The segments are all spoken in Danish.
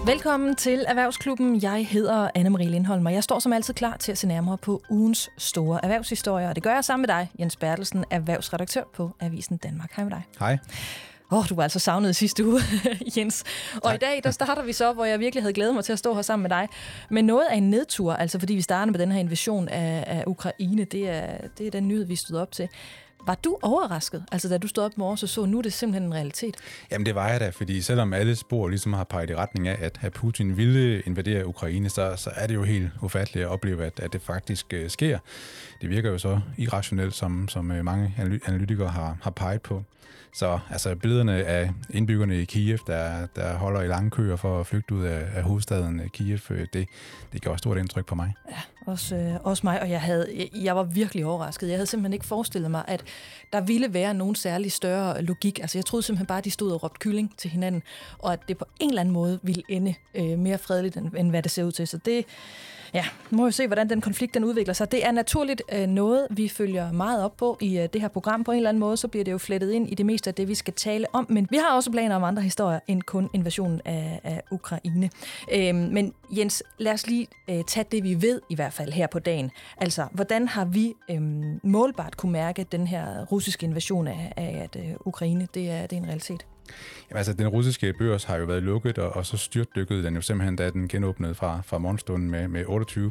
Velkommen til Erhvervsklubben. Jeg hedder Anne-Marie Lindholm, og jeg står som altid klar til at se nærmere på ugens store erhvervshistorier. Og det gør jeg sammen med dig, Jens Bertelsen, erhvervsredaktør på Avisen Danmark. Hej med dig. Hej. Du var altså savnet i sidste uge, Jens. Og tak. I dag, der starter vi så, hvor jeg virkelig havde glædet mig til at stå her sammen med dig. Men noget af en nedtur, altså fordi vi starter med den her invasion af Ukraine, det er den nyhed, vi stod op til. Var du overrasket, altså da du stod op i morges og så, nu er det simpelthen en realitet? Jamen det var jeg da, fordi selvom alle spor ligesom har peget i retning af, at Putin ville invadere Ukraine, så er det jo helt ufatteligt at opleve, at det faktisk sker. Det virker jo så irrationelt, som mange analytikere har peget på. Så altså billederne af indbyggerne i Kiev, der holder i lange køer for at flygte ud af hovedstaden Kiev, det gjorde stort indtryk på mig. Ja, også mig, og jeg var virkelig overrasket. Jeg havde simpelthen ikke forestillet mig, at der ville være nogen særlig større logik. Altså jeg troede simpelthen bare, at de stod og råbte kylling til hinanden, og at det på en eller anden måde ville ende mere fredeligt, end hvad det ser ud til. Så det... Ja, nu må vi se, hvordan den konflikt den udvikler sig. Det er naturligt noget, vi følger meget op på i det her program. På en eller anden måde, så bliver det jo flettet ind i det meste af det, vi skal tale om. Men vi har også planer om andre historier end kun invasionen af Ukraine. Men Jens, lad os lige tage det, vi ved i hvert fald her på dagen. Altså, hvordan har vi målbart kunne mærke den her russiske invasion af at Ukraine, det er en realitet? Jamen, altså, den russiske børs har jo været lukket, og så styrtdykkede den jo simpelthen, da den genåbnede fra morgenstunden med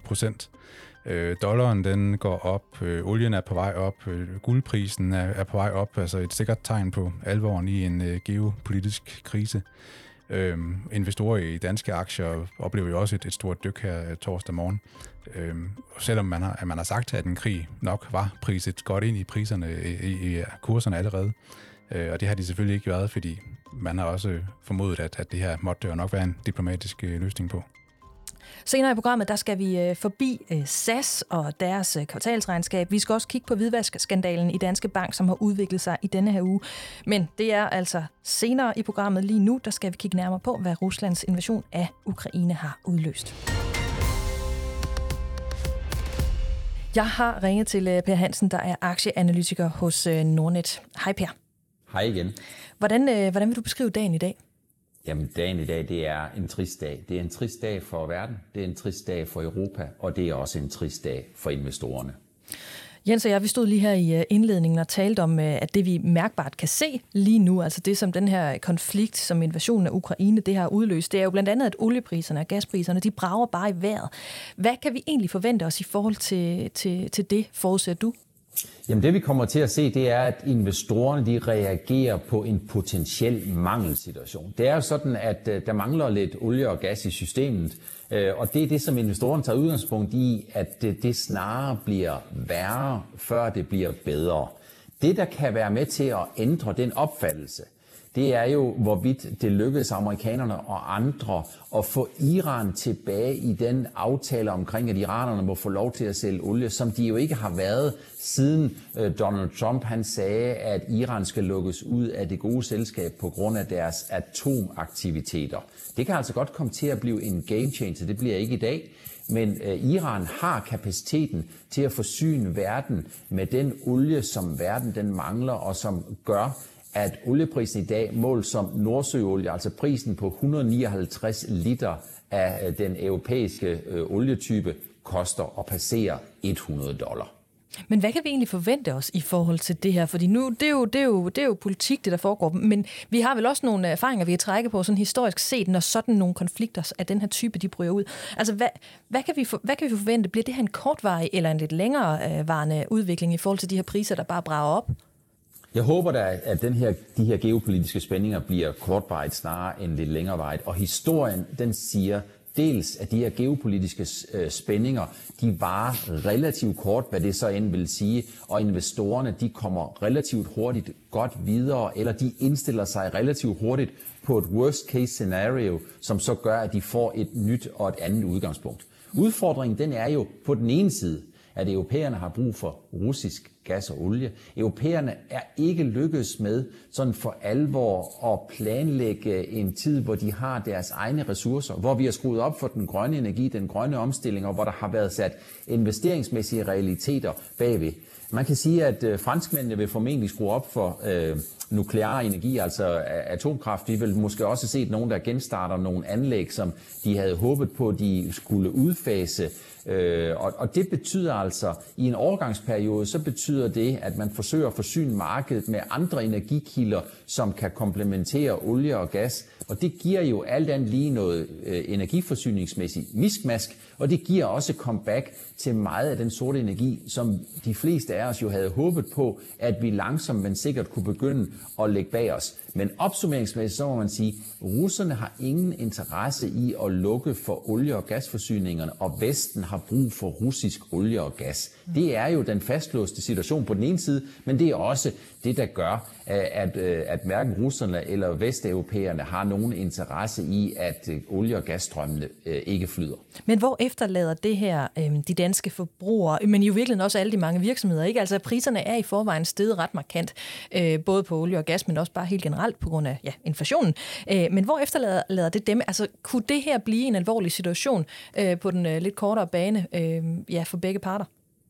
28%. Dollaren, den går op, olien er på vej op, guldprisen er på vej op, altså et sikkert tegn på alvoren i en geopolitisk krise. Investorer i danske aktier oplever jo også et stort dyk her torsdag morgen. Selvom man har sagt, at en krig nok var priset godt ind i priserne, i kurserne allerede. Og det har de selvfølgelig ikke været, fordi man har også formodet, at det her måtte jo nok være en diplomatisk løsning på. Senere i programmet, der skal vi forbi SAS og deres kvartalsregnskab. Vi skal også kigge på hvidvaskskandalen i Danske Bank, som har udviklet sig i denne her uge. Men det er altså senere i programmet. Lige nu, der skal vi kigge nærmere på, hvad Ruslands invasion af Ukraine har udløst. Jeg har ringet til Per Hansen, der er aktieanalytiker hos Nordnet. Hej Per. Hej igen. Hvordan vil du beskrive dagen i dag? Jamen, dagen i dag, det er en trist dag. Det er en trist dag for verden, det er en trist dag for Europa, og det er også en trist dag for investorerne. Jens og jeg, vi stod lige her i indledningen og talte om, at det vi mærkbart kan se lige nu, altså det som den her konflikt, som invasionen af Ukraine, det har udløst, det er jo blandt andet, at oliepriserne og gaspriserne, de brager bare i vejret. Hvad kan vi egentlig forvente os i forhold til det, forudser du? Jamen det vi kommer til at se, det er, at investorerne de reagerer på en potentiel mangelsituation. Det er jo sådan, at der mangler lidt olie og gas i systemet, og det er det, som investorerne tager udgangspunkt i, at det snarere bliver værre, før det bliver bedre. Det, der kan være med til at ændre den opfattelse, det er jo, hvorvidt det lykkedes amerikanerne og andre at få Iran tilbage i den aftale omkring, at iranerne må få lov til at sælge olie, som de jo ikke har været siden Donald Trump han sagde, at Iran skal lukkes ud af det gode selskab på grund af deres atomaktiviteter. Det kan altså godt komme til at blive en game changer, det bliver ikke i dag. Men Iran har kapaciteten til at forsyne verden med den olie, som verden den mangler, og som gør, at olieprisen i dag målt som nordsøolie, altså prisen på 159 liter af den europæiske olietype, koster at passere $100. Men hvad kan vi egentlig forvente os i forhold til det her? Fordi nu, det er jo politik, det der foregår. Men vi har vel også nogle erfaringer, vi kan trække på sådan historisk set, når sådan nogle konflikter af den her type, de bryder ud. Altså, hvad kan vi forvente? Bliver det her en kortvarig eller en lidt længere varende udvikling i forhold til de her priser, der bare brager op? Jeg håber da, at de her geopolitiske spændinger bliver kortvarigt snarere end lidt længerevarigt. Og historien, den siger dels, at de her geopolitiske spændinger, de varer relativt kort, hvad det så end vil sige, og investorerne, de kommer relativt hurtigt godt videre, eller de indstiller sig relativt hurtigt på et worst case scenario, som så gør, at de får et nyt og et andet udgangspunkt. Udfordringen, den er jo på den ene side, at europæerne har brug for russisk gas og olie. Europæerne er ikke lykkedes med sådan for alvor at planlægge en tid, hvor de har deres egne ressourcer, hvor vi har skruet op for den grønne energi, den grønne omstilling, og hvor der har været sat investeringsmæssige realiteter bagved. Man kan sige, at franskmændene vil formentlig skrue op for nuklear energi, altså atomkraft. Vi vil måske også set nogen, der genstarter nogle anlæg, som de havde håbet på, de skulle udfase. Og det betyder altså, i en overgangsperiode, så betyder det, at man forsøger at forsyne markedet med andre energikilder, som kan komplementere olie og gas. Og det giver jo alt andet lige noget energiforsyningsmæssigt miskmask, og det giver også comeback til meget af den sorte energi, som de fleste af os jo havde håbet på, at vi langsomt, men sikkert kunne begynde at lægge bag os. Men opsummeringsmæssigt, så må man sige, at russerne har ingen interesse i at lukke for olie- og gasforsyningerne, og Vesten har brug for russisk olie og gas. Det er jo den fastlåste situation på den ene side, men det er også det, der gør, at hverken russerne eller vesteuropæerne har nogen interesse i, at olie- og gasstrømmene ikke flyder. Men hvor efterlader det her de danske forbrugere, men i virkeligheden også alle de mange virksomheder, ikke? Altså priserne er i forvejen steget ret markant, både på olie og gas, men også bare helt generelt på grund af inflationen. Men hvor efterlader det dem? Altså kunne det her blive en alvorlig situation på den lidt kortere bane for begge parter?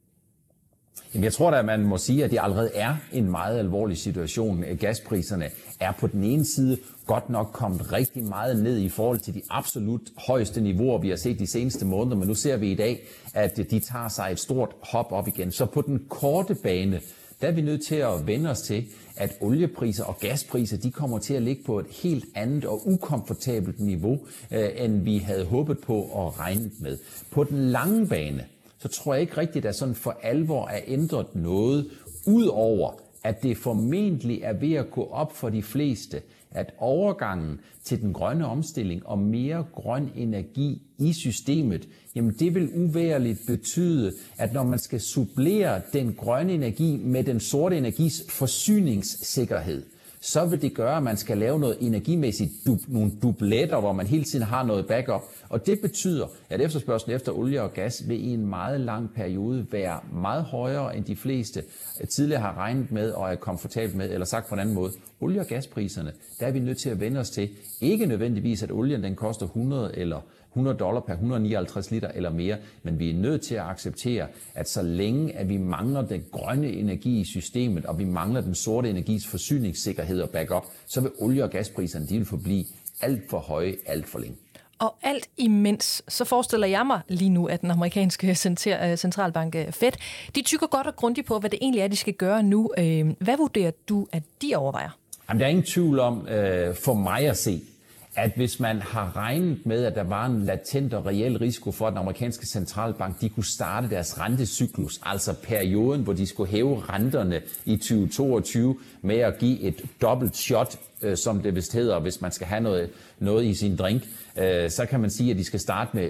Jamen, jeg tror da, at man må sige, at det allerede er en meget alvorlig situation. Gaspriserne er på den ene side godt nok kommet rigtig meget ned i forhold til de absolut højeste niveauer, vi har set de seneste måneder, men nu ser vi i dag, at de tager sig et stort hop op igen. Så på den korte bane, der er vi nødt til at vende os til, at oliepriser og gaspriser, de kommer til at ligge på et helt andet og ukomfortabelt niveau, end vi havde håbet på og regnet med. På den lange bane, så tror jeg ikke rigtigt, at sådan for alvor er ændret noget, udover at det formentlig er ved at gå op for de fleste, at overgangen til den grønne omstilling og mere grøn energi i systemet, jamen det vil uværligt betyde, at når man skal supplere den grønne energi med den sorte energis forsyningssikkerhed, så vil det gøre, at man skal lave noget energimæssigt, nogle dubletter, hvor man hele tiden har noget backup. Og det betyder, at efterspørgslen efter olie og gas vil i en meget lang periode være meget højere, end de fleste tidligere har regnet med og er komfortabel med, eller sagt på en anden måde. Olie- og gaspriserne, der er vi nødt til at vende os til. Ikke nødvendigvis, at olien den koster $100 eller $100 per 159 liter eller mere, men vi er nødt til at acceptere, at så længe at vi mangler den grønne energi i systemet, og vi mangler den sorte energis forsyningssikkerhed og backup, så vil olie- og gaspriserne de vil forblive alt for høje, alt for længe. Og alt imens, så forestiller jeg mig lige nu, at den amerikanske centralbank Fed, de tykker godt og grundigt på, hvad det egentlig er, de skal gøre nu. Hvad vurderer du, at de overvejer? Jamen, der er ingen tvivl om, for mig at se, at hvis man har regnet med, at der var en latent og reel risiko for, at den amerikanske centralbank de kunne starte deres rentecyklus, altså perioden, hvor de skulle hæve renterne i 2022 med at give et dobbelt shot, som det vist hedder, hvis man skal have noget i sin drink, så kan man sige, at de skal starte med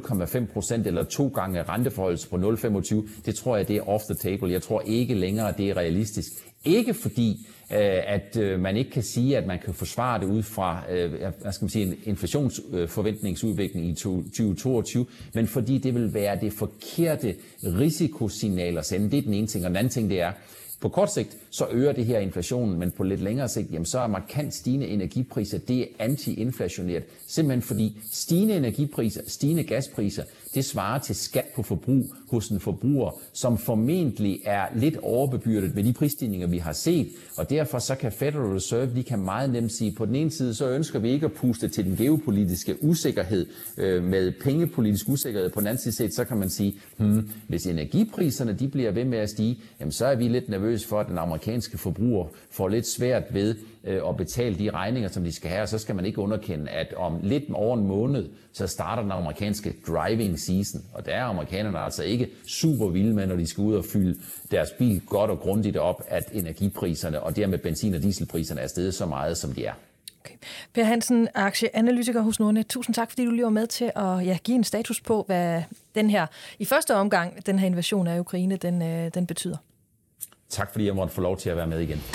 0,5% eller 2 gange renteforholdelse på 0,25. Det tror jeg, det er off the table. Jeg tror ikke længere, at det er realistisk. Ikke fordi, at man ikke kan sige, at man kan forsvare det ud fra en inflationsforventningsudvikling i 2022, men fordi det vil være det forkerte risikosignal at sende. Det er den ene ting. Og den anden ting, det er, på kort sigt, så øger det her inflationen, men på lidt længere sigt, jamen, så er markant stigende energipriser, det er anti-inflationært. Simpelthen fordi stigende energipriser, stigende gaspriser, det svarer til skat på forbrug hos en forbruger, som formentlig er lidt overbebyrdet med de prisstigninger, vi har set. Og derfor så kan Federal Reserve, de kan meget nemt sige, på den ene side, så ønsker vi ikke at puste til den geopolitiske usikkerhed med pengepolitisk usikkerhed. På den anden side, så kan man sige, hvis energipriserne de bliver ved med at stige, jamen, så er vi lidt nervøse for, at den amerikanske forbruger får lidt svært ved at betale de regninger, som de skal have. Og så skal man ikke underkende, at om lidt over en måned, så starter den amerikanske driving season. Og der er amerikanerne altså ikke super vilde med, når de skal ud og fylde deres bil godt og grundigt op, at energipriserne og dermed benzin- og dieselpriserne er steget så meget, som de er. Okay. Per Hansen, aktieanalytiker hos Nordnet. Tusind tak, fordi du lige var med til at give en status på, hvad den her, i første omgang, den her invasion af Ukraine, den betyder. Tak fordi jeg måtte få lov til at være med igen.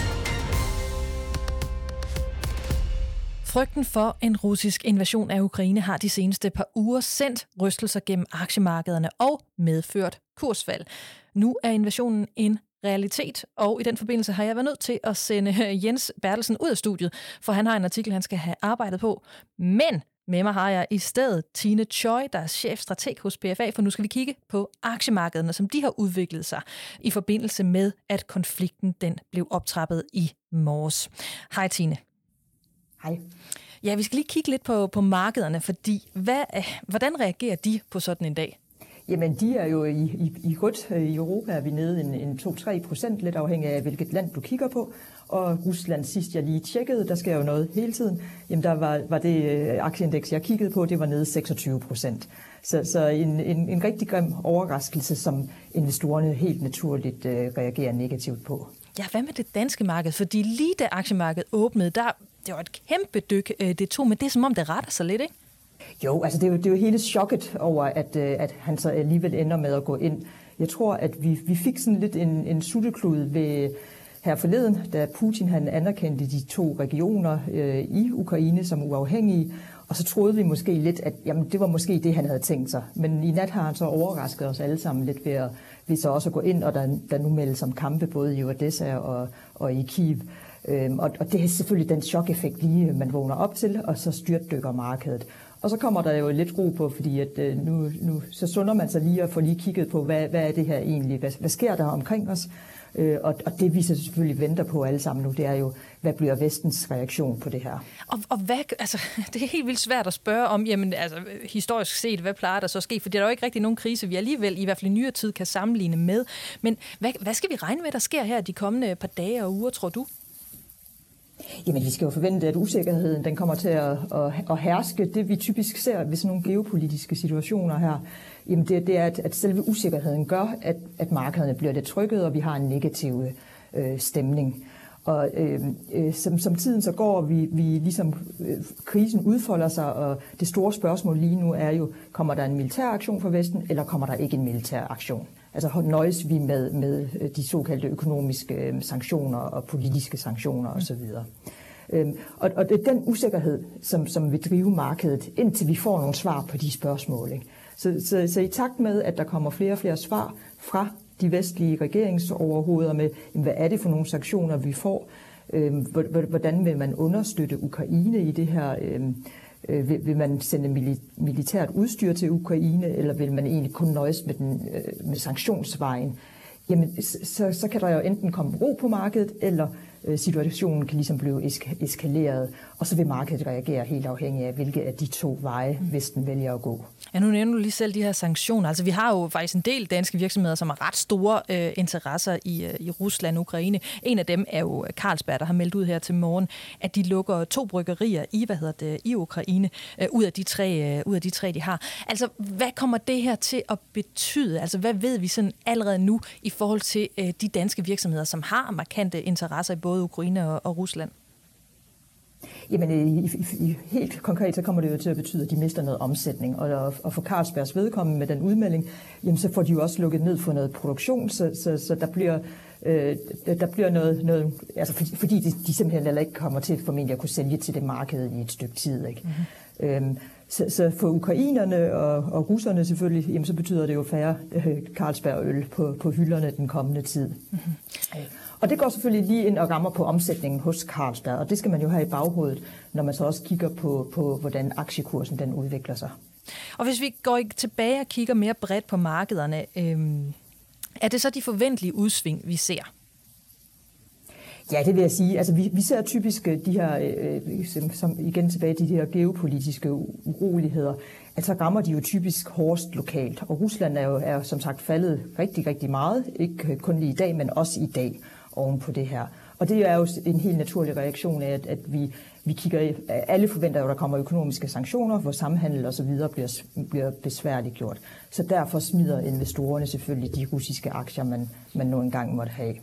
Frygten for en russisk invasion af Ukraine har de seneste par uger sendt rystelser gennem aktiemarkederne og medført kursfald. Nu er invasionen en realitet, og i den forbindelse har jeg været nødt til at sende Jens Bertelsen ud af studiet, for han har en artikel, han skal have arbejdet på. Men med mig har jeg i stedet Tine Choi, der er chefstrateg hos PFA, for nu skal vi kigge på aktiemarkederne, som de har udviklet sig i forbindelse med, at konflikten den blev optrappet i morges. Hej Tine. Hej. Ja, vi skal lige kigge lidt på markederne, fordi hvordan reagerer de på sådan en dag? Jamen, de er jo i rødt. I Europa er vi nede en 2-3%, lidt afhængig af, hvilket land du kigger på. Og Rusland, sidst jeg lige tjekkede, der sker jo noget hele tiden, jamen der var det aktieindeks, jeg kiggede på, det var nede 26%. Så en rigtig grim overraskelse, som investorerne helt naturligt reagerer negativt på. Ja, hvad med det danske marked? Fordi lige da aktiemarkedet åbnede, det var et kæmpe dyk, det tog, men det er som om, det retter sig lidt, ikke? Jo, altså det er jo hele chokket over, at han så alligevel ender med at gå ind. Jeg tror, at vi fik sådan lidt en sutteklud ved her forleden, da Putin han anerkendte de 2 regioner i Ukraine som uafhængige, og så troede vi måske lidt, at jamen, det var måske det, han havde tænkt sig. Men i nat har han så overrasket os alle sammen lidt ved så også at gå ind, og der nu meldes om kampe både i Odessa og i Kyiv. Og det er selvfølgelig den chok-effekt lige, man vågner op til, og så styrtdykker markedet. Og så kommer der jo lidt ro på, fordi at nu så sunder man sig lige og får lige kigget på, hvad er det her egentlig? Hvad sker der omkring os? Og det vi så selvfølgelig venter på alle sammen nu, det er jo, hvad bliver Vestens reaktion på det her? Og hvad, altså, det er helt vildt svært at spørge om, jamen, altså, historisk set, hvad plejer der så at ske? For det er jo ikke rigtig nogen krise, vi alligevel i hvert fald i nyere tid kan sammenligne med. Men hvad skal vi regne med, der sker her de kommende par dage og uger, tror du? Jamen, vi skal jo forvente, at usikkerheden den kommer til at herske. Det vi typisk ser ved sådan nogle geopolitiske situationer her, jamen det er, at selve usikkerheden gør, at markederne bliver lidt trykket, og vi har en negativ stemning. Og som tiden så går, vi ligesom krisen udfolder sig, og det store spørgsmål lige nu er jo, kommer der en militær aktion fra Vesten, eller kommer der ikke en militær aktion? Altså nøjes vi med de såkaldte økonomiske sanktioner og politiske sanktioner osv. Og det er den usikkerhed, som vil drive markedet, indtil vi får nogle svar på de spørgsmål. Ikke? Så i takt med, at der kommer flere og flere svar fra de vestlige regeringsoverhoveder med, hvad er det for nogle sanktioner, vi får, hvordan vil man understøtte Ukraine i det her, vil man sende militært udstyr til Ukraine, eller vil man egentlig kun nøjes med sanktionsvejen? Jamen, så kan der jo enten komme ro på markedet, eller situationen kan ligesom blive eskaleret, og så vil markedet reagere helt afhængig af, hvilke af de 2 veje Vesten vælger at gå. Ja, nu nævner du lige selv de her sanktioner. Altså, vi har jo faktisk en del danske virksomheder, som har ret store interesser i Rusland og Ukraine. En af dem er jo Carlsberg, der har meldt ud her til morgen, at de lukker 2 bryggerier i Ukraine, ud af de 3, de har. Altså, hvad kommer det her til at betyde? Altså, hvad ved vi sådan allerede nu i forhold til de danske virksomheder, som har markante interesser i både Ukraine og Rusland? Jamen, helt konkret så kommer det jo til at betyde, at de mister noget omsætning. Og for Carlsbergs vedkommende med den udmelding, jamen, så får de jo også lukket ned for noget produktion, så der bliver noget altså fordi de simpelthen heller ikke kommer til formentlig at kunne sælge til det marked i et stykke tid. Ikke? Mm-hmm. Så for ukrainerne og russerne selvfølgelig, jamen, så betyder det jo færre Carlsberg-øl på hylderne den kommende tid. Mm-hmm. Og det går selvfølgelig lige ind og rammer på omsætningen hos Carlsberg, og det skal man jo have i baghovedet, når man så også kigger på hvordan aktiekursen den udvikler sig. Og hvis vi går tilbage og kigger mere bredt på markederne, er det så de forventelige udsving, vi ser? Ja, det vil jeg sige. Altså, vi ser typisk de her, som igen tilbage til de her geopolitiske uroligheder, at så rammer de jo typisk hårdest lokalt. Og Rusland er som sagt faldet rigtig, rigtig meget, ikke kun lige i dag, men også i dag oven på det her. Og det er jo en helt naturlig reaktion af, at vi kigger, alle forventer jo, at der kommer økonomiske sanktioner, hvor samhandel og så videre bliver besværligt gjort. Så derfor smider investorerne selvfølgelig de russiske aktier, man nu engang måtte have.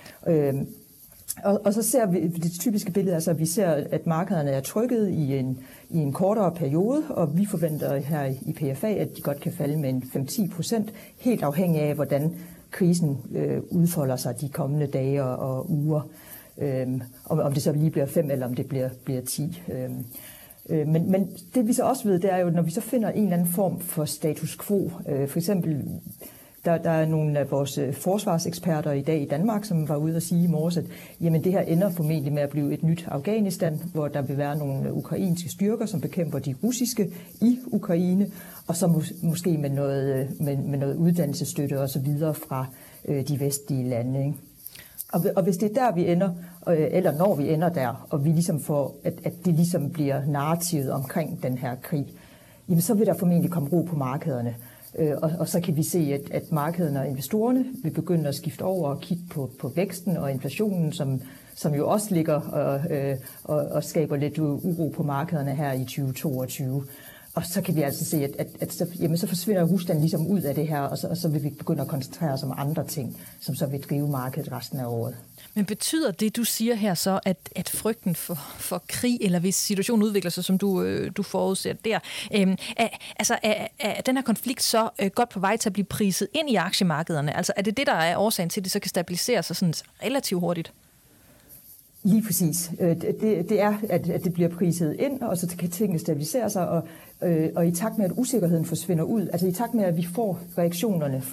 Og så ser vi det typiske billede, altså at vi ser, at markederne er trykket i en kortere periode, og vi forventer her i PFA, at de godt kan falde med en 5-10%, helt afhængig af, hvordan krisen udfolder sig de kommende dage og uger. Om det så lige bliver 5, eller om det bliver 10. Men det vi så også ved, det er jo, når vi så finder en eller anden form for status quo, for eksempel Der er nogle af vores forsvarseksperter i dag i Danmark, som var ude og sige i morges, at jamen, det her ender formentlig med at blive et nyt Afghanistan, hvor der vil være nogle ukrainske styrker, som bekæmper de russiske i Ukraine, og så måske med noget uddannelsesstøtte og så videre fra de vestlige lande. Ikke? Og hvis det er der, vi ender, eller når vi ender der, og vi ligesom får, at det ligesom bliver narrativet omkring den her krig, jamen så vil der formentlig komme ro på markederne. Og så kan vi se, at markederne og investorerne vil begynde at skifte over og kigge på væksten og inflationen, som jo også ligger og skaber lidt uro på markederne her i 2022. Og så kan vi altså se, at så forsvinder Rusland ligesom ud af det her, og så vil vi begynde at koncentrere os om andre ting, som så vil drive markedet resten af året. Men betyder det, du siger her så, at frygten for krig, eller hvis situationen udvikler sig, som du forudser der, er den her konflikt så godt på vej til at blive priset ind i aktiemarkederne? Altså er det det, der er årsagen til, at det så kan stabilisere sig sådan relativt hurtigt? Lige præcis. Det er, at det bliver priset ind, og så kan tingene stabilisere sig, og i takt med, at usikkerheden forsvinder ud, altså i takt med, at vi får reaktionerne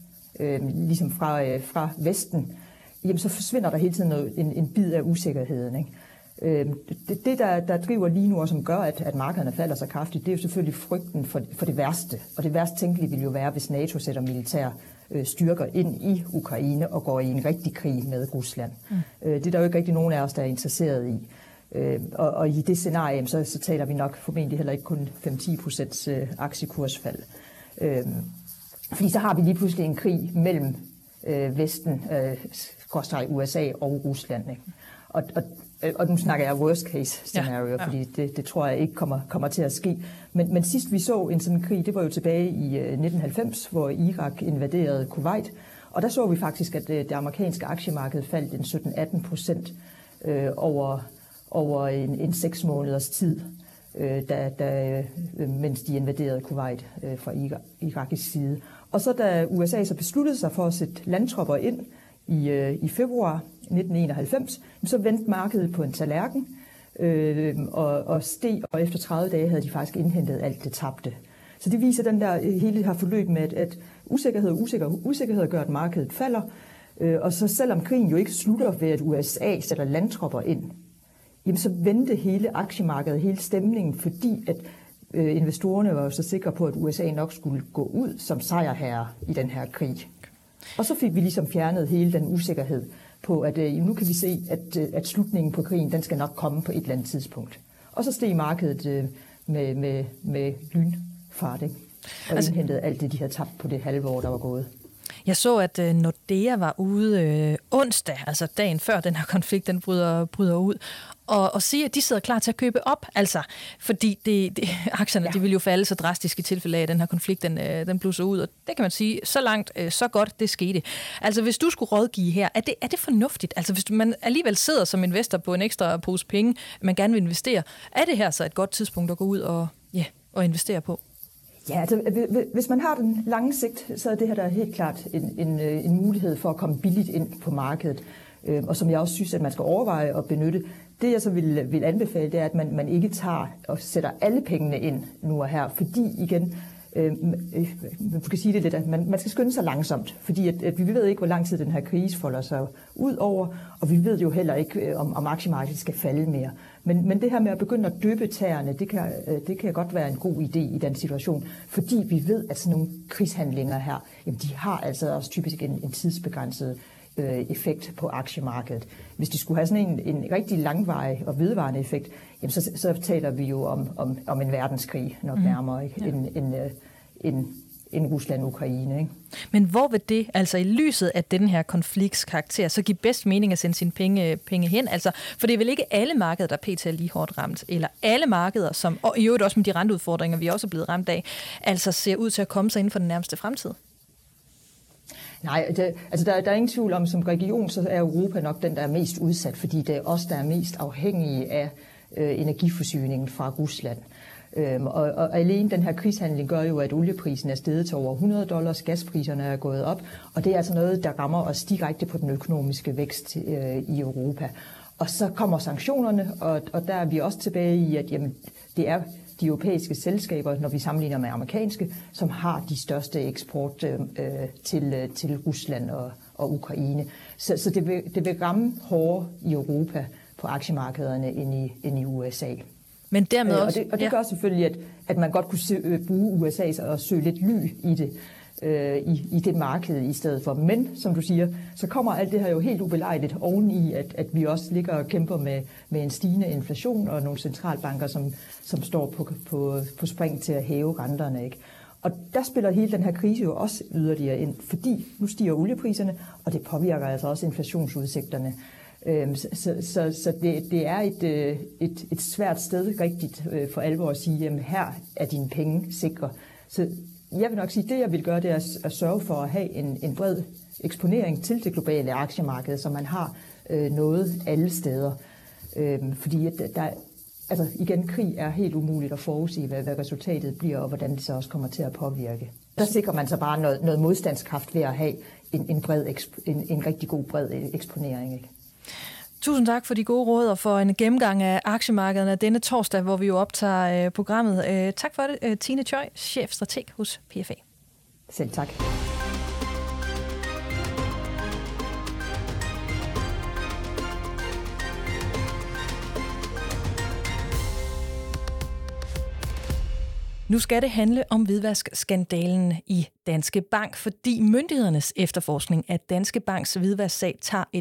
fra Vesten, jamen så forsvinder der hele tiden en bid af usikkerheden. Ikke? Det, der driver lige nu, og som gør, at markederne falder så kraftigt, det er jo selvfølgelig frygten for det værste. Og det værst tænkelige vil jo være, hvis NATO sætter militær styrker ind i Ukraine og går i en rigtig krig med Rusland. Det er der jo ikke rigtig nogen af os, der er interesseret i. Og i det scenarie, så taler vi nok formentlig heller ikke kun 5-10% aktiekursfald. Fordi så har vi lige pludselig en krig mellem Vesten, USA og Rusland. Ikke? Og nu snakker jeg worst case scenario, fordi det tror jeg ikke kommer til at ske. Men sidst vi så en sådan krig, det var jo tilbage i 1990, hvor Irak invaderede Kuwait. Og der så vi faktisk, at det amerikanske aktiemarked faldt en 17-18% over en 6 måneders tid, mens de invaderede Kuwait fra irakisk side. Og så da USA så besluttede sig for at sætte landtropper ind i februar 1991, så vendte markedet på en tallerken og steg, og efter 30 dage havde de faktisk indhentet alt det tabte. Så det viser den der hele her forløb med, at usikkerhed gør, at markedet falder, og så selvom krigen jo ikke slutter ved, at USA sætter landtropper ind, jamen så vendte hele aktiemarkedet, hele stemningen, fordi at investorerne var jo så sikre på, at USA nok skulle gå ud som sejrherre i den her krig. Og så fik vi ligesom fjernet hele den usikkerhed på, at nu kan vi se, at slutningen på krigen, den skal nok komme på et eller andet tidspunkt. Og så steg markedet med lynfart, ikke? Og indhentede alt det, de havde tabt på det halve år, der var gået. Jeg så, at Nordea var ude onsdag, altså dagen før den her konflikt, den bryder ud, og sige, at de sidder klar til at købe op, altså, fordi aktierne, de vil jo falde så drastisk i tilfælde af, at den her konflikt, den blusser ud, og det kan man sige, så langt, så godt, det skete. Altså, hvis du skulle rådgive her, er det fornuftigt? Altså, hvis man alligevel sidder som investor på en ekstra pose penge, man gerne vil investere, er det her så et godt tidspunkt at gå ud og investere på? Ja, altså, hvis man har den lange sigt, så er det her der helt klart en mulighed for at komme billigt ind på markedet, og som jeg også synes, at man skal overveje at benytte. Det jeg så vil anbefale, det er, at man ikke tager og sætter alle pengene ind nu og her, fordi igen, man skal sige det lidt, at man skal skynde sig langsomt, fordi at vi ved ikke, hvor lang tid den her krise folder sig ud over, og vi ved jo heller ikke, om aktiemarkedet skal falde mere. Men det her med at begynde at dyppe tæerne, det kan godt være en god idé i den situation, fordi vi ved, at sådan nogle krigshandlinger her, jamen de har altså også typisk en tidsbegrænset effekt på aktiemarkedet. Hvis de skulle have sådan en rigtig langvarig og vedvarende effekt, jamen så taler vi jo om en verdenskrig nok nærmere, ikke? En Rusland-Ukraine. Ikke? Men hvor vil det, altså i lyset af den her konflikts karakter, så give bedst mening at sende sine penge hen? Altså, for det er vel ikke alle markeder, der pt. Er lige hårdt ramt, eller alle markeder, som, og i øvrigt også med de renteudfordringer, vi også er blevet ramt af, altså ser ud til at komme sig inden for den nærmeste fremtid? Nej, der er ingen tvivl om, som region, så er Europa nok den, der er mest udsat, fordi det er os, der er mest afhængige af energiforsyningen fra Rusland. Og alene den her krigshandling gør jo, at olieprisen er steget til over $100, gaspriserne er gået op, og det er altså noget, der rammer os direkte på den økonomiske vækst i Europa. Og så kommer sanktionerne, og der er vi også tilbage i, at jamen, det de europæiske selskaber, når vi sammenligner med amerikanske, som har de største eksport til Rusland og Ukraine. Så det vil ramme hårdere i Europa på aktiemarkederne end i USA. Men dermed også, og det gør selvfølgelig, at man godt kunne bruge USA og søge lidt ly i det. I det marked i stedet for. Men, som du siger, så kommer alt det her jo helt ubelejligt oveni, at vi også ligger og kæmper med en stigende inflation og nogle centralbanker, som står på spring til at hæve renterne, ikke? Og der spiller hele den her krise jo også yderligere ind, fordi nu stiger oliepriserne, og det påvirker altså også inflationsudsigterne. Så det er et svært sted rigtigt for alvor at sige, jamen her er dine penge sikre. Så jeg vil nok sige, at det jeg vil gøre, det er at sørge for at have en bred eksponering til det globale aktiemarked, så man har noget alle steder. Fordi igen, krig er helt umuligt at forudse, hvad resultatet bliver, og hvordan det så også kommer til at påvirke. Der sikrer man så bare noget modstandskraft ved at have en rigtig god bred eksponering, ikke? Tusind tak for de gode råd og for en gennemgang af aktiemarkederne denne torsdag, hvor vi jo optager programmet. Tak for det, Tine Choi, chefstrateg hos PFA. Selv tak. Nu skal det handle om hvidvaskskandalen i Danske Bank, fordi myndighedernes efterforskning af Danske Banks hvidvasksag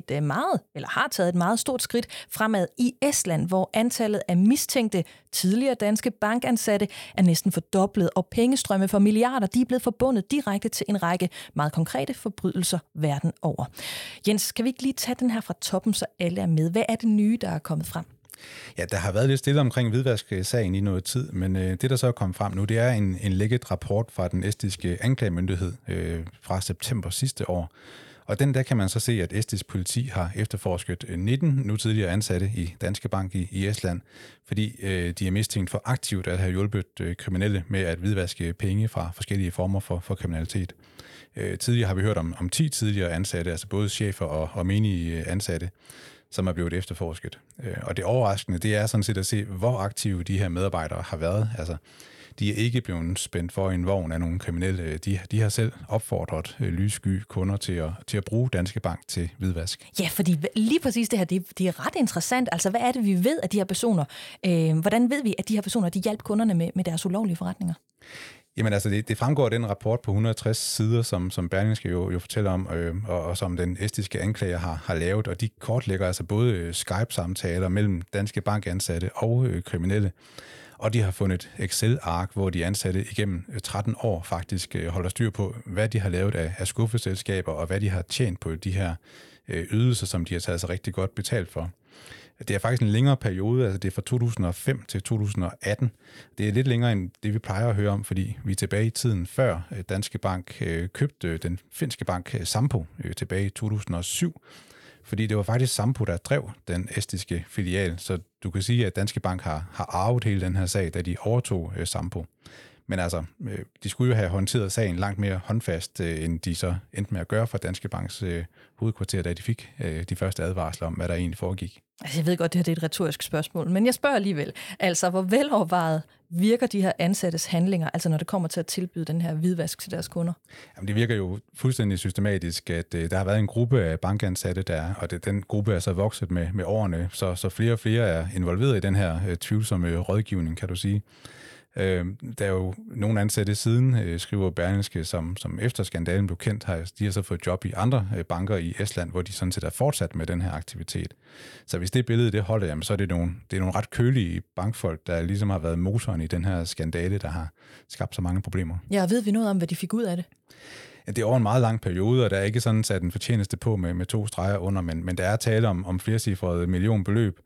har taget et meget stort skridt fremad i Estland, hvor antallet af mistænkte tidligere danske bankansatte er næsten fordoblet, og pengestrømme for milliarder de er blevet forbundet direkte til en række meget konkrete forbrydelser verden over. Jens, kan vi ikke lige tage den her fra toppen, så alle er med? Hvad er det nye, der er kommet frem? Ja, der har været lidt stille omkring hvidvasksagen i noget tid, men det, der så er kommet frem nu, det er en lækket rapport fra den estiske anklagemyndighed fra september sidste år. Og den der kan man så se, at estisk politi har efterforsket 19 nu tidligere ansatte i Danske Bank i Estland, fordi de er mistænkt for aktivt at have hjulpet kriminelle med at hvidvaske penge fra forskellige former for kriminalitet. Tidligere har vi hørt om 10 tidligere ansatte, altså både chefer og menige ansatte, som er blevet efterforsket. Og det overraskende, det er sådan set at se, hvor aktive de her medarbejdere har været. Altså, de er ikke blevet spændt for en vogn af nogle kriminelle. De har selv opfordret lyssky kunder til at bruge Danske Bank til hvidvask. Ja, fordi lige præcis det her, det er ret interessant. Altså, hvad er det, vi ved af de her personer? Hvordan ved vi, at de her personer, de hjalp kunderne med deres ulovlige forretninger? Jamen altså, det fremgår af den rapport på 160 sider, som Berlingske jo fortæller om, og som den estiske anklager har lavet, og de kortlægger altså både Skype-samtaler mellem danske bankansatte og kriminelle, og de har fundet et Excel-ark, hvor de ansatte igennem 13 år faktisk holder styr på, hvad de har lavet af skuffeselskaber, og hvad de har tjent på de her ydelser, som de har taget sig rigtig godt betalt for. Det er faktisk en længere periode, altså det er fra 2005 til 2018. Det er lidt længere end det, vi plejer at høre om, fordi vi er tilbage i tiden før Danske Bank købte den finske bank Sampo tilbage i 2007. Fordi det var faktisk Sampo, der drev den estiske filial, så du kan sige, at Danske Bank har arvet hele den her sag, da de overtog Sampo. Men altså, de skulle jo have håndteret sagen langt mere håndfast, end de så endte med at gøre fra Danske Banks hovedkvarter, da de fik de første advarsler om, hvad der egentlig foregik. Altså, jeg ved godt, det her det er et retorisk spørgsmål, men jeg spørger alligevel. Altså, hvor velovervejet virker de her ansattes handlinger, altså når det kommer til at tilbyde den her hvidvask til deres kunder? Jamen, det virker jo fuldstændig systematisk, at der har været en gruppe af bankansatte der, og den gruppe er så vokset med årene, så flere og flere er involveret i den her tvivlsomme rådgivning, kan du sige. Der er jo nogle ansatte siden, skriver Berlingske, som efter skandalen blev kendt, de har så fået job i andre banker i Estland, hvor de sådan set er fortsat med den her aktivitet. Så hvis det billede det holder, jamen, så er det nogle ret kølige bankfolk, der ligesom har været motoren i den her skandale, der har skabt så mange problemer. Ja, ved vi noget om, hvad de fik ud af det? Det er over en meget lang periode, og der er ikke sådan sat en fortjeneste på med 2 streger under, men der er tale om flercifrede millionbeløb.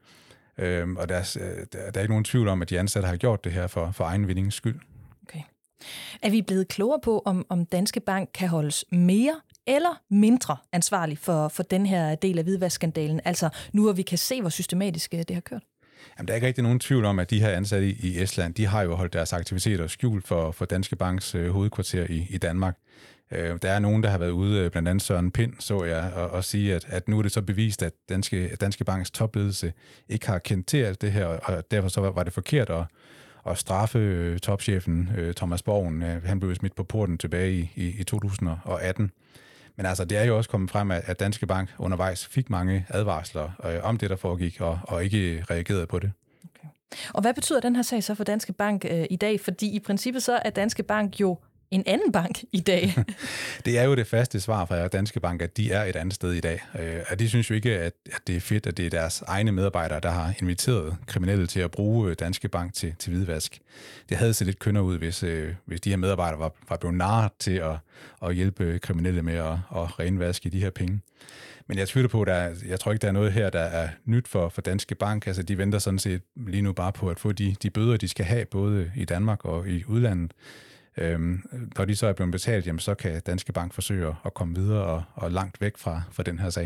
Og der er ikke nogen tvivl om, at de ansatte har gjort det her for egen vindings skyld. Okay. Er vi blevet klogere på, om Danske Bank kan holdes mere eller mindre ansvarlig for den her del af hvidvaskskandalen? Altså nu, hvor vi kan se, hvor systematisk det har kørt. Jamen, der er ikke rigtig nogen tvivl om, at de her ansatte i Estland, de har jo holdt deres aktiviteter skjult for Danske Banks hovedkvarter i Danmark. Der er nogen, der har været ude, blandt andet Søren Pind, så jeg, og sige, at nu er det så bevist, at Danske Banks topledelse ikke har kendt til alt det her, og derfor så var det forkert at straffe topchefen Thomas Borgen. Han blev smidt på porten tilbage i 2018. Men altså, det er jo også kommet frem, at Danske Bank undervejs fik mange advarsler om det, der foregik, og ikke reagerede på det. Okay. Og hvad betyder den her sag så for Danske Bank i dag? Fordi i princippet så er Danske Bank jo en anden bank i dag. Det er jo det faste svar fra Danske Bank, at de er et andet sted i dag. Og de synes jo ikke, at det er fedt, at det er deres egne medarbejdere, der har inviteret kriminelle til at bruge Danske Bank til hvidvask. Det havde set lidt kønnere ud, hvis de her medarbejdere var blevet narret til at hjælpe kriminelle med at renvaske de her penge. Men jeg tvivler på, at jeg tror ikke, der er noget her, der er nyt for Danske Bank. Altså, de venter sådan set lige nu bare på at få de bøder, de skal have, både i Danmark og i udlandet. Når de så er blevet betalt, jamen, så kan Danske Bank forsøge at komme videre og langt væk fra den her sag.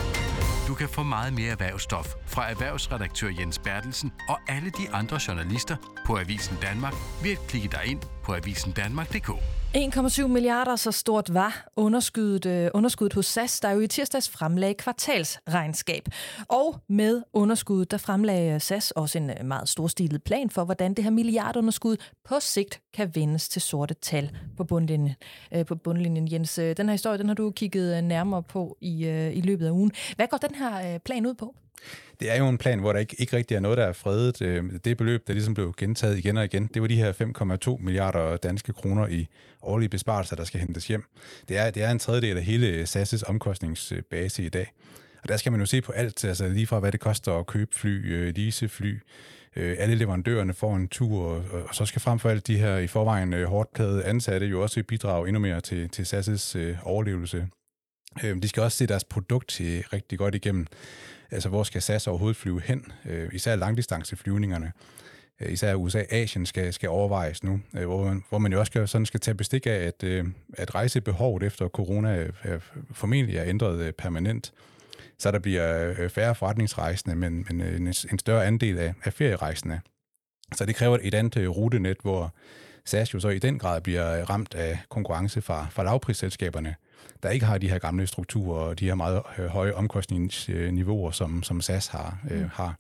Du kan få meget mere erhvervsstof fra erhvervsredaktør Jens Bertelsen og alle de andre journalister på Avisen Danmark ved at klikke dig ind på avisendanmark.dk. 1,7 milliarder, så stort var underskuddet hos SAS, der jo i tirsdags fremlagde kvartalsregnskab. Og med underskuddet, der fremlagde SAS også en meget storstilet plan for, hvordan det her milliardunderskud på sigt kan vendes til sorte tal på bundlinjen. Jens, den her historie, den har du kigget nærmere på i løbet af ugen. Hvad går den her plan ud på? Det er jo en plan, hvor der ikke rigtig er noget, der er fredet. Det beløb, der ligesom blev gentaget igen og igen, det var de her 5,2 milliarder danske kroner i årlige besparelser, der skal hentes hjem. Det er en tredjedel af hele SAS' omkostningsbase i dag. Og der skal man jo se på alt, altså lige fra hvad det koster at købe fly, lease fly. Alle leverandørerne får en tur, og så skal frem for alt de her i forvejen hårdt plagede ansatte jo også bidrage endnu mere til SAS' overlevelse. De skal også se deres produkt rigtig godt igennem. Altså, hvor skal SAS overhovedet flyve hen? Især langdistanceflyvningerne. Især USA-Asien skal overvejes nu, hvor man jo også skal tage bestik af, at rejsebehovet efter corona formentlig er ændret permanent. Så der bliver færre forretningsrejsende, men en større andel af ferierejsende. Så det kræver et andet rutenet, hvor SAS jo så i den grad bliver ramt af konkurrence fra lavprisselskaberne, der ikke har de her gamle strukturer og de her meget høje omkostningsniveauer, som SAS har.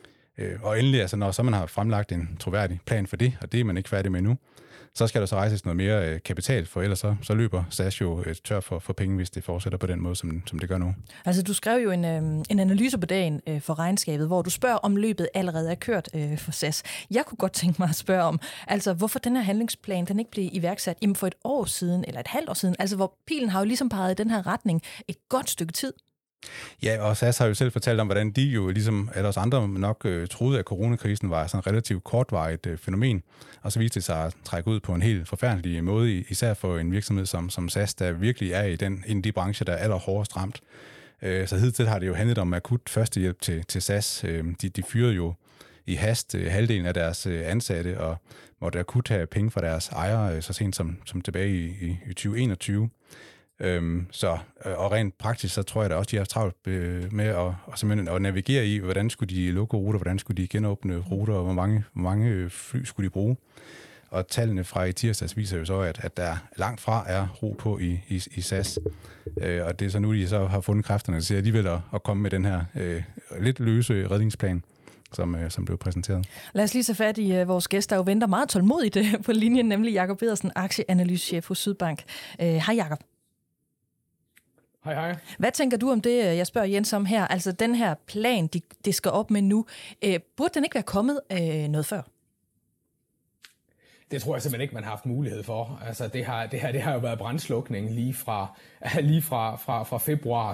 Og endelig, altså når så man har fremlagt en troværdig plan for det, og det er man ikke færdig med nu, så skal der så rejses noget mere kapital, for ellers så løber SAS jo tør for penge, hvis det fortsætter på den måde, som det gør nu. Altså, du skrev jo en analyse på dagen for regnskabet, hvor du spørger, om løbet allerede er kørt for SAS. Jeg kunne godt tænke mig at spørge om, altså hvorfor den her handlingsplan, den ikke blev iværksat for et år siden, eller et halvt år siden, altså hvor pilen har jo ligesom peget i den her retning et godt stykke tid. Ja, og SAS har jo selv fortalt om, hvordan de jo, ligesom alle os andre nok troede, at coronakrisen var sådan et relativt kortvarigt fænomen, og så viste det sig at trække ud på en helt forfærdelig måde, især for en virksomhed som SAS, der virkelig er en af de brancher, der er allerhårdest ramt. Så hidtil har det jo handlet om akut førstehjælp til SAS. De fyrede jo i hast halvdelen af deres ansatte, og måtte akut have penge fra deres ejere så sent som tilbage i 2021. Og rent praktisk, så tror jeg da også, de har travlt med at navigere i, hvordan skulle de lukke ruter, hvordan skulle de genåbne ruter, og hvor mange fly skulle de bruge. Og tallene fra i tirsdags viser jo så, at der langt fra er ro på i SAS. Og det er så nu, de så har fundet kræfterne til alligevel at komme med den her lidt løse redningsplan, som blev præsenteret. Lad os lige tage fat i vores gæst, der jo venter meget tålmodigt på linjen, nemlig Jakob Pedersen, aktieanalysechef hos Sydbank. Hej Jakob. Hej. Hvad tænker du om det, jeg spørger Jens om her? Altså den her plan, det skal op med nu. Burde den ikke være kommet noget før? Det tror jeg simpelthen ikke, man har haft mulighed for. Altså det har jo været brandslukning lige fra februar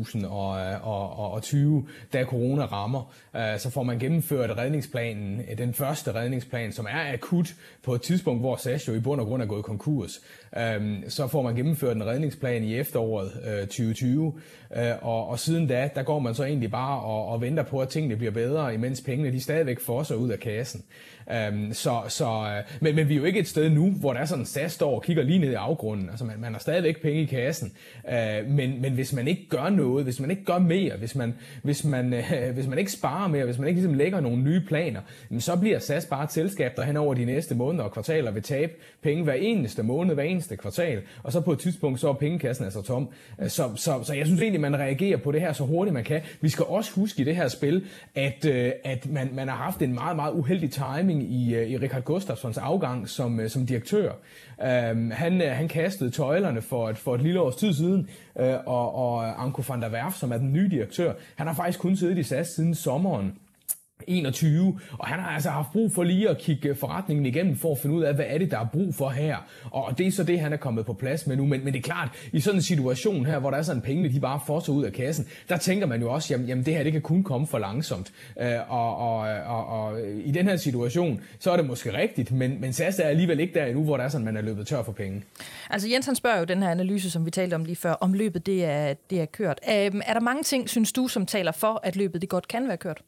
2020, da corona rammer. Så får man gennemført redningsplanen, den første redningsplan, som er akut på et tidspunkt, hvor SAS jo i bund og grund er gået konkurs. Så får man gennemført en redningsplan i efteråret 2020, og siden da, der går man så egentlig bare og venter på, at tingene bliver bedre, imens pengene de stadigvæk fosser ud af kassen. Men vi er jo ikke et sted nu, hvor der er sådan en SAS står og kigger lige ned i afgrunden. Altså man har stadigvæk penge i kassen, men hvis man ikke gør noget, hvis man ikke gør mere, hvis man ikke sparer mere, hvis man ikke ligesom lægger nogle nye planer, så bliver SAS bare et selskab, der hen over de næste måneder og kvartaler vil tabe penge hver eneste måned, hver eneste kvartal, og så på et tidspunkt så er pengekassen altså tom. Så jeg synes egentlig, man reagerer på det her så hurtigt man kan. Vi skal også huske i det her spil, at man har haft en meget, meget uheldig timing i Richard Gustafssons afgang som direktør. Han kastede tøjlerne for et lille års tid siden, og Anko van der Werf, som er den nye direktør, han har faktisk kun siddet i SAS siden sommeren 21, og han har altså haft brug for lige at kigge forretningen igennem for at finde ud af, hvad er det, der er brug for her. Og det er så det, han er kommet på plads med nu. Men det er klart, i sådan en situation her, hvor der er sådan penge, de bare fosser ud af kassen, der tænker man jo også, jamen det her, det kan kun komme for langsomt. Og i den her situation, så er det måske rigtigt, men SAS er alligevel ikke der endnu, hvor der er sådan, man er løbet tør for penge. Altså Jens, han spørger jo den her analyse, som vi talte om lige før, om løbet det er kørt. Er der mange ting, synes du, som taler for, at løbet det godt kan være kørt?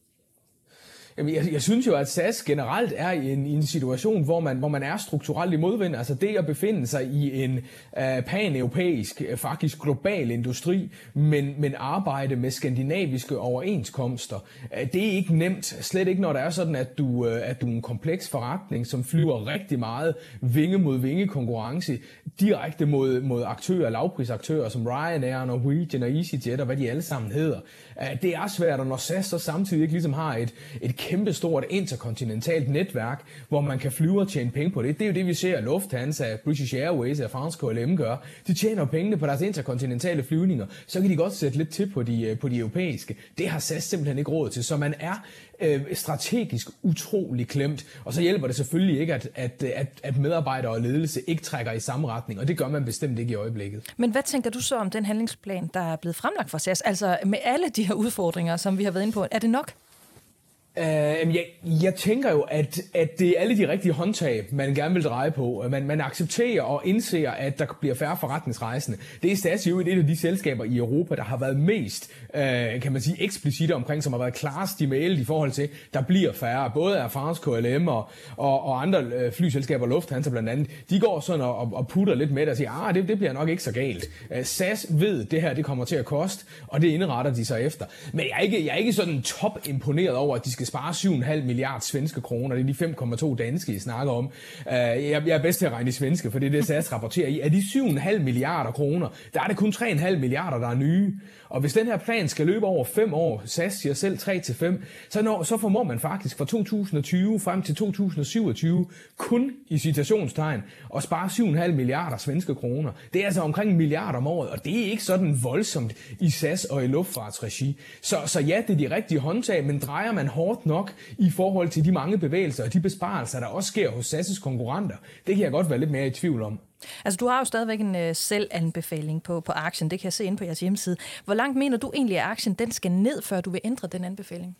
Jeg synes jo, at SAS generelt er i en situation, hvor man er strukturelt i modvind. Altså det at befinde sig i en pan-europæisk, faktisk global industri, men arbejde med skandinaviske overenskomster, det er ikke nemt. Slet ikke, når det er sådan, at du er en kompleks forretning, som flyver rigtig meget vinge mod vinge konkurrence direkte mod aktører, lavprisaktører som Ryanair, Norwegian og EasyJet og hvad de alle sammen hedder. Det er svært, og når SAS så samtidig ikke ligesom har et kæmpestort interkontinentalt netværk, hvor man kan flyve og tjene penge på det. Det er jo det, vi ser Lufthansa, British Airways og France KLM gør. De tjener pengene på deres interkontinentale flyvninger, så kan de godt sætte lidt til på de europæiske. Det har SAS simpelthen ikke råd til, så man er strategisk utrolig klemt, og så hjælper det selvfølgelig ikke, at medarbejdere og ledelse ikke trækker i samme retning, og det gør man bestemt ikke i øjeblikket. Men hvad tænker du så om den handlingsplan, der er blevet fremlagt for SAS? Altså med alle de her udfordringer, som vi har været inde på, er det nok? Jeg tænker jo, at det er alle de rigtige håndtag, man gerne vil dreje på. Man accepterer og indser, at der bliver færre forretningsrejsende. Det er SAS jo et af de selskaber i Europa, der har været mest, kan man sige, eksplicite omkring, som har været klarest i mail i forhold til, der bliver færre. Både af France KLM og andre flyselskaber, Lufthansa blandt andet, de går sådan og putter lidt med det og siger, det bliver nok ikke så galt. SAS ved, det her det kommer til at koste, og det indretter de sig efter. Men jeg er ikke sådan top imponeret over, at de skal spare 7,5 milliarder svenske kroner. Det er de 5,2 danske, I snakker om. Jeg er bedst til at regne i svenske, for det er det, SAS rapporterer i. Af de 7,5 milliarder kroner, der er det kun 3,5 milliarder, der er nye. Og hvis den her plan skal løbe over 5 år, SAS siger selv 3-5, så formår man faktisk fra 2020 frem til 2027 kun i citationstegn at spare 7,5 milliarder svenske kroner. Det er altså omkring 1 milliard om året, og det er ikke sådan voldsomt i SAS og i luftfartsregi. Så ja, det er de rigtige håndtag, men drejer man hårdt nok i forhold til de mange bevægelser og de besparelser, der også sker hos SAS' konkurrenter, det kan jeg godt være lidt mere i tvivl om. Altså, du har jo stadigvæk en selvanbefaling på aktien. Det kan jeg se inde på jeres hjemmeside. Hvor langt mener du egentlig, at aktien den skal ned, før du vil ændre den anbefaling?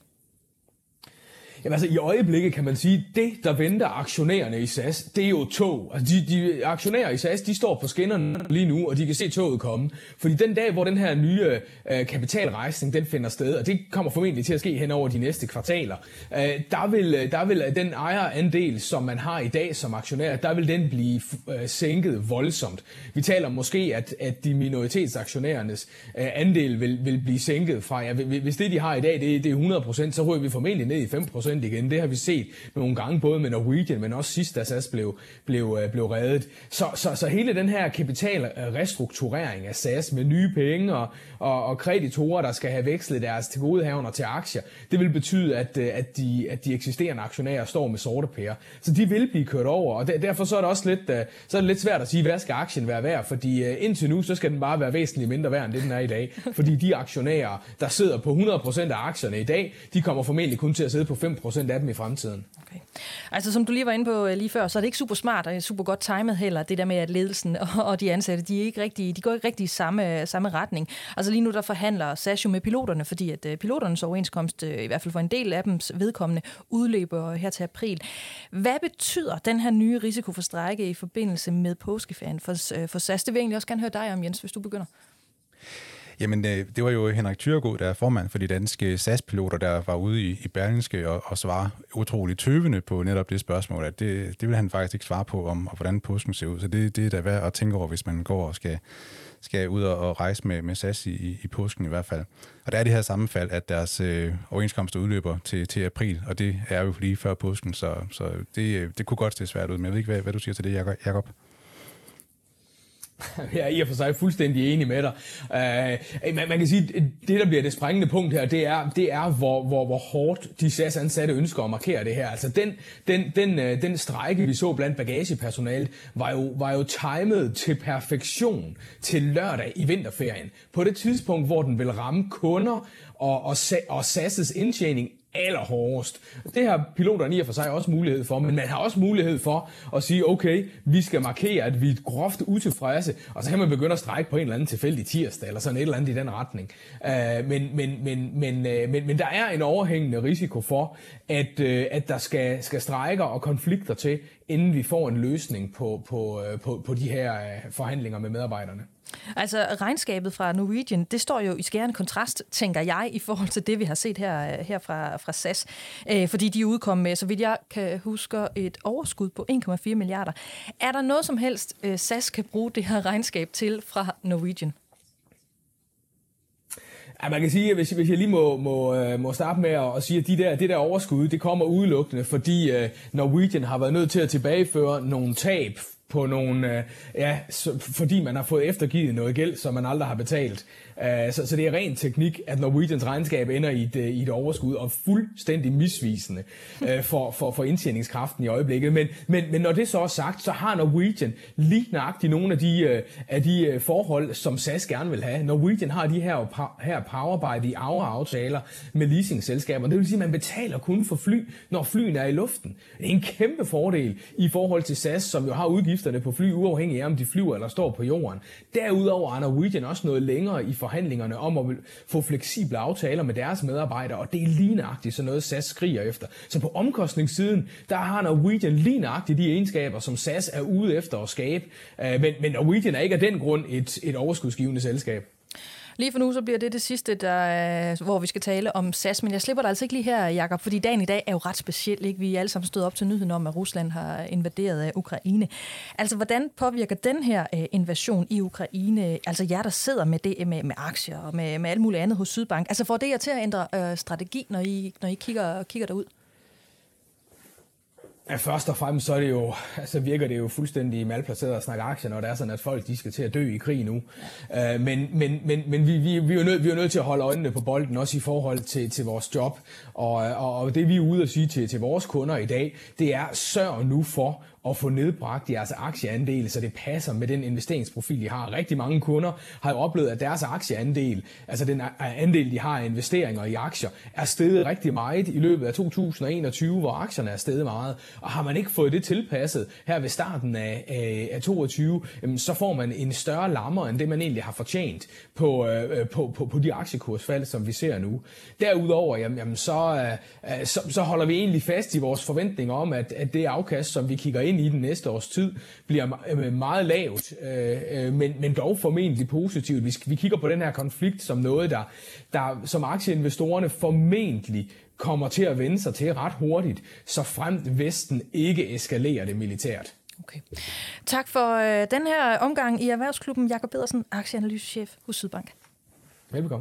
Jamen altså, i øjeblikket kan man sige, det, der venter aktionærerne i SAS, det er jo tog. Altså, de aktionærer i SAS, de står på skinnerne lige nu, og de kan se toget komme. Fordi den dag, hvor den her nye kapitalrejsning, den finder sted, og det kommer formentlig til at ske hen over de næste kvartaler, der vil den ejerandel, som man har i dag som aktionær, der vil den blive sænket voldsomt. Vi taler måske, at de minoritetsaktionærernes andel vil blive sænket fra, hvis det, de har i dag, det er 100%, så ryger vi formentlig ned i 5% igen. Det har vi set nogle gange, både med Norwegian, men også sidst, da SAS blev reddet. Så hele den her kapitalrestrukturering af SAS med nye penge og kreditorer, der skal have vekslet deres tilgodehavender til aktier, det vil betyde, at de eksisterende aktionærer står med sorte pærer. Så de vil blive kørt over, og derfor så er det også lidt svært at sige, hvad skal aktien være værd, fordi indtil nu, så skal den bare være væsentligt mindre værd, end det den er i dag. Fordi de aktionærer, der sidder på 100% af aktierne i dag, de kommer formentlig kun til at sidde på 5% af dem i fremtiden. Okay. Altså som du lige var inde på lige før, så er det ikke super smart og super godt timet heller, det der med, at ledelsen og de ansatte, de går ikke rigtig i samme retning. Altså lige nu der forhandler SAS jo med piloterne, fordi at piloternes overenskomst, i hvert fald for en del af dem vedkommende, udløber her til april. Hvad betyder den her nye risiko for strejke i forbindelse med påskeferien for SAS? Det vil jeg egentlig også gerne høre dig om, Jens, hvis du begynder. Jamen, det var jo Henrik Thyregod, der er formand for de danske SAS-piloter, der var ude i Berlingske og svare utroligt tøvende på netop det spørgsmål, at det vil han faktisk ikke svare på, om hvordan påsken ser ud. Så det er da værd at tænke over, hvis man går og skal ud og rejse med SAS i påsken i hvert fald. Og der er det her sammenfald, at deres overenskomster udløber til april, og det er jo lige før påsken, så det kunne godt se svært ud. Men jeg ved ikke, hvad du siger til det, Jacob? Jeg er i og for sig fuldstændig enig med dig. Man kan sige, at det, der bliver det springende punkt her, det er hvor hårdt de SAS-ansatte ønsker at markere det her. Altså den strejke, vi så blandt bagagepersonalet, var jo timet til perfektion til lørdag i vinterferien. På det tidspunkt, hvor den vil ramme kunder og SAS' indtjening allerhårdest. Det har piloterne i og for sig også mulighed for, men man har også mulighed for at sige, okay, vi skal markere, at vi er groft utilfredse, og så kan man begynde at strække på en eller anden tilfældig tirsdag, eller sådan et eller andet i den retning. Men der er en overhængende risiko for, at der skal strejker og konflikter til, inden vi får en løsning på de her forhandlinger med medarbejderne. Altså regnskabet fra Norwegian, det står jo i skærende kontrast, tænker jeg, i forhold til det, vi har set her fra SAS. Fordi de udkom med, så vidt jeg kan huske, et overskud på 1,4 milliarder. Er der noget som helst, SAS kan bruge det her regnskab til fra Norwegian? Ja, man kan sige, at hvis jeg lige må starte med at sige, at det der overskud, det kommer udelukkende, fordi Norwegian har været nødt til at tilbageføre nogle tab på nogle, fordi man har fået eftergivet noget gæld, som man aldrig har betalt. Så det er ren teknik, at Norwegians regnskab ender i et overskud, og fuldstændig misvisende for indtjeningskraften i øjeblikket. Men når det så er sagt, så har Norwegian lige nøjagtigt nogle af de forhold, som SAS gerne vil have. Norwegian har de her power by the hour aftaler med leasingselskaber. Det vil sige, at man betaler kun for fly, når flyene er i luften. Det er en kæmpe fordel i forhold til SAS, som jo har udgifterne på fly, uafhængig af om de flyver eller står på jorden. Derudover er Norwegian også noget længere i forhandlingerne om at få fleksible aftaler med deres medarbejdere, og det er lige nøjagtigt sådan noget, SAS skriger efter. Så på omkostningssiden, der har Norwegian lige nøjagtigt de egenskaber, som SAS er ude efter at skabe. Men Norwegian er ikke af den grund et overskudsgivende selskab. Lige for nu, så bliver det sidste, hvor vi skal tale om SAS, men jeg slipper dig altså ikke lige her, Jacob, fordi dagen i dag er jo ret speciel, ikke? Vi er alle sammen stået op til nyheden om, at Rusland har invaderet af Ukraine. Altså, hvordan påvirker den her invasion i Ukraine, altså jer, der sidder med det med aktier og med alt muligt andet hos Sydbank, altså får det jer til at ændre strategi, når I kigger derud? Ja, først og fremmest så er det jo, altså virker det jo fuldstændig malplaceret at snakke aktier, når det er sådan, at folk de skal til at dø i krig nu. Men vi er jo nødt til at holde øjnene på bolden, også i forhold til vores job. Og det vi er ude at sige til vores kunder i dag, det er, sørg nu for at få nedbragt jeres aktieandel, så det passer med den investeringsprofil, de har. Rigtig mange kunder har jo oplevet, at deres aktieandel, altså den andel, de har af investeringer i aktier, er steget rigtig meget i løbet af 2021, hvor aktierne er steget meget. Og har man ikke fået det tilpasset her ved starten af 2022, så får man en større lammer, end det man egentlig har fortjent på de aktiekursfald, som vi ser nu. Derudover, så holder vi egentlig fast i vores forventninger om, at det afkast, som vi kigger ind i den næste års tid, bliver meget lavt, men dog formentlig positivt. Vi kigger på den her konflikt som noget, der som aktieinvestorerne formentlig kommer til at vende sig til ret hurtigt, så fremt Vesten ikke eskalerer det militært. Okay. Tak for den her omgang i Erhvervsklubben. Jacob Pedersen, aktieanalysechef hos Sydbank. Velbekomme.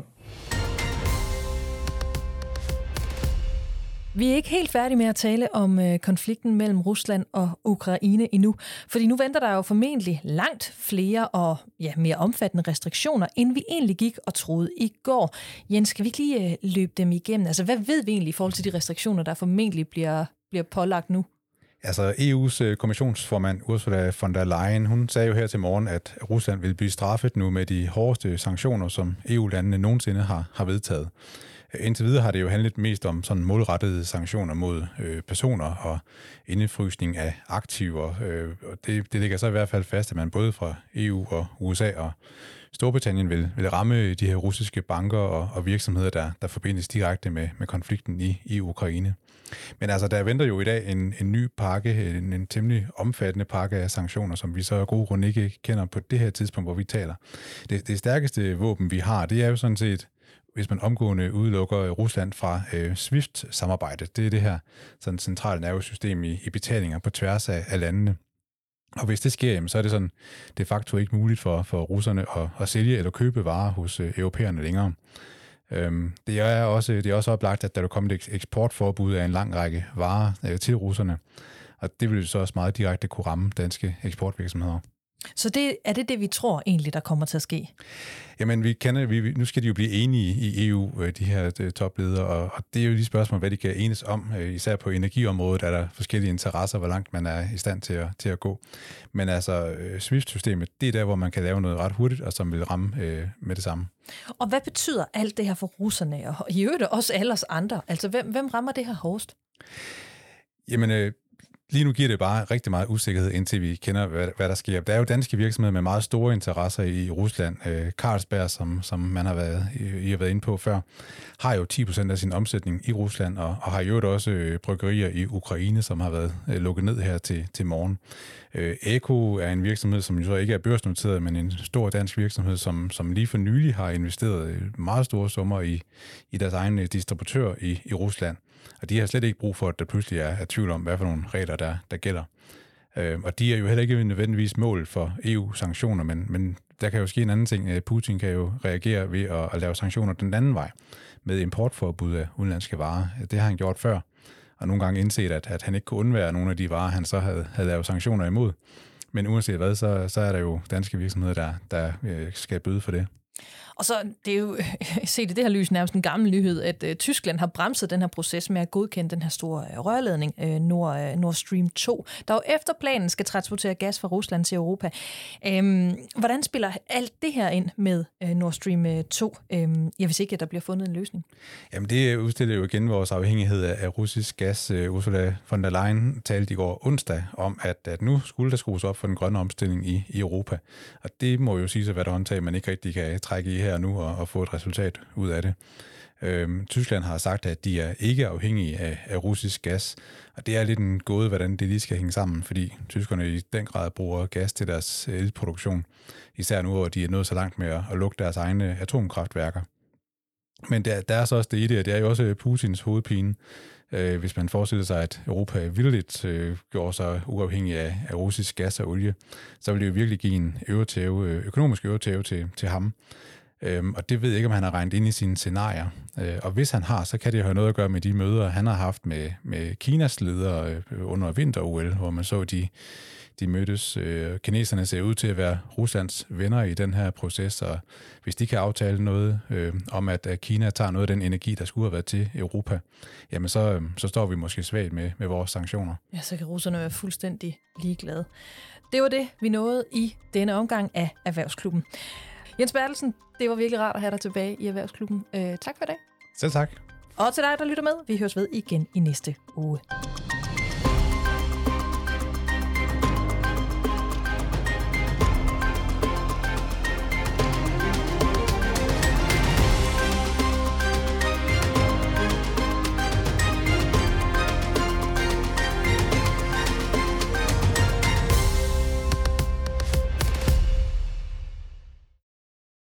Vi er ikke helt færdige med at tale om konflikten mellem Rusland og Ukraine endnu, fordi nu venter der jo formentlig langt flere og mere omfattende restriktioner, end vi egentlig gik og troede i går. Jens, skal vi ikke lige løbe dem igennem? Altså, hvad ved vi egentlig i forhold til de restriktioner, der formentlig bliver pålagt nu? Altså, EU's kommissionsformand Ursula von der Leyen, hun sagde jo her til morgen, at Rusland vil blive straffet nu med de hårdeste sanktioner, som EU-landene nogensinde har vedtaget. Indtil videre har det jo handlet mest om sådan målrettede sanktioner mod personer og indefrysning af aktiver. Og det ligger så i hvert fald fast, at man både fra EU og USA og Storbritannien vil ramme de her russiske banker og virksomheder, der forbindes direkte med konflikten i Ukraine. Men altså, der venter jo i dag en ny pakke, en temmelig omfattende pakke af sanktioner, som vi så af gode grunde ikke kender på det her tidspunkt, hvor vi taler. Det stærkeste våben, vi har, det er jo sådan set, hvis man omgående udelukker Rusland fra SWIFT-samarbejdet. Det er det her sådan centrale nervesystem i betalinger på tværs af landene. Og hvis det sker, så er det sådan de facto ikke muligt for russerne at sælge eller købe varer hos europæerne længere. Det er også oplagt, at der er kommet et eksportforbud af en lang række varer til russerne, og det vil så også meget direkte kunne ramme danske eksportvirksomheder. Så er det, vi tror egentlig, der kommer til at ske? Jamen, nu skal de jo blive enige i EU, de her topledere, og det er jo de spørgsmål, hvad de kan enes om. Især på energiområdet er der forskellige interesser, hvor langt man er i stand til at gå. Men altså, SWIFT-systemet, det er der, hvor man kan lave noget ret hurtigt, og som vil ramme med det samme. Og hvad betyder alt det her for russerne, og i øvrigt også alle os andre? Altså, hvem rammer det her hårdest? Jamen, lige nu giver det bare rigtig meget usikkerhed, indtil vi kender, hvad der sker. Der er jo danske virksomheder med meget store interesser i Rusland. Carlsberg, som man har været inde på før, har jo 10% af sin omsætning i Rusland, og har jo også bryggerier i Ukraine, som har været lukket ned her til morgen. Eko er en virksomhed, som jo så ikke er børsnoteret, men en stor dansk virksomhed, som lige for nylig har investeret meget store summer i deres egen distributør i Rusland. Og de har slet ikke brug for, at der pludselig er tvivl om, hvad for nogle regler, der gælder. Og de er jo heller ikke nødvendigvis mål for EU-sanktioner, men der kan jo ske en anden ting. Putin kan jo reagere ved at lave sanktioner den anden vej, med importforbud af udenlandske varer. Det har han gjort før, og nogle gange indset, at han ikke kunne undvære nogle af de varer, han så havde lavet sanktioner imod. Men uanset hvad, så er der jo danske virksomheder, der skal bøde for det. Og så, det er jo set i det her lys nærmest en gammel nyhed, at Tyskland har bremset den her proces med at godkende den her store rørledning, Nord Stream 2, der jo efter planen skal transportere gas fra Rusland til Europa. Hvordan spiller alt det her ind med Nord Stream 2, hvis ikke der bliver fundet en løsning? Jamen det udstiller jo igen vores afhængighed af russisk gas. Ursula von der Leyen talte i går onsdag om, at nu skulle der skrues op for den grønne omstilling i Europa. Og det må jo sige sig, hvad der håndtag, man ikke rigtig kan trække i her nu og få et resultat ud af det. Tyskland har sagt, at de er ikke afhængige af russisk gas, og det er lidt en gåde, hvordan det lige skal hænge sammen, fordi tyskerne i den grad bruger gas til deres elproduktion, især nu, hvor de er nået så langt med at lukke deres egne atomkraftværker. Men der er så også det i det, og det er jo også Putins hovedpine, hvis man forestiller sig, at Europa vildt gjorde sig uafhængig af russisk gas og olie, så vil det jo virkelig give en økonomisk øretæve til ham. Og det ved jeg ikke, om han har regnet ind i sine scenarier. Og hvis han har, så kan det have noget at gøre med de møder, han har haft med Kinas ledere under vinter-OL, hvor man så, de mødtes. Kineserne ser ud til at være Ruslands venner i den her proces, og hvis de kan aftale noget om, at Kina tager noget af den energi, der skulle have været til Europa, jamen så står vi måske svagt med vores sanktioner. Ja, så kan russerne være fuldstændig ligeglade. Det var det, vi nåede i denne omgang af Erhvervsklubben. Jens Bertelsen, det var virkelig rart at have dig tilbage i Erhvervsklubben. Tak for i dag. Selv tak. Og til dig, der lytter med, vi høres ved igen i næste uge.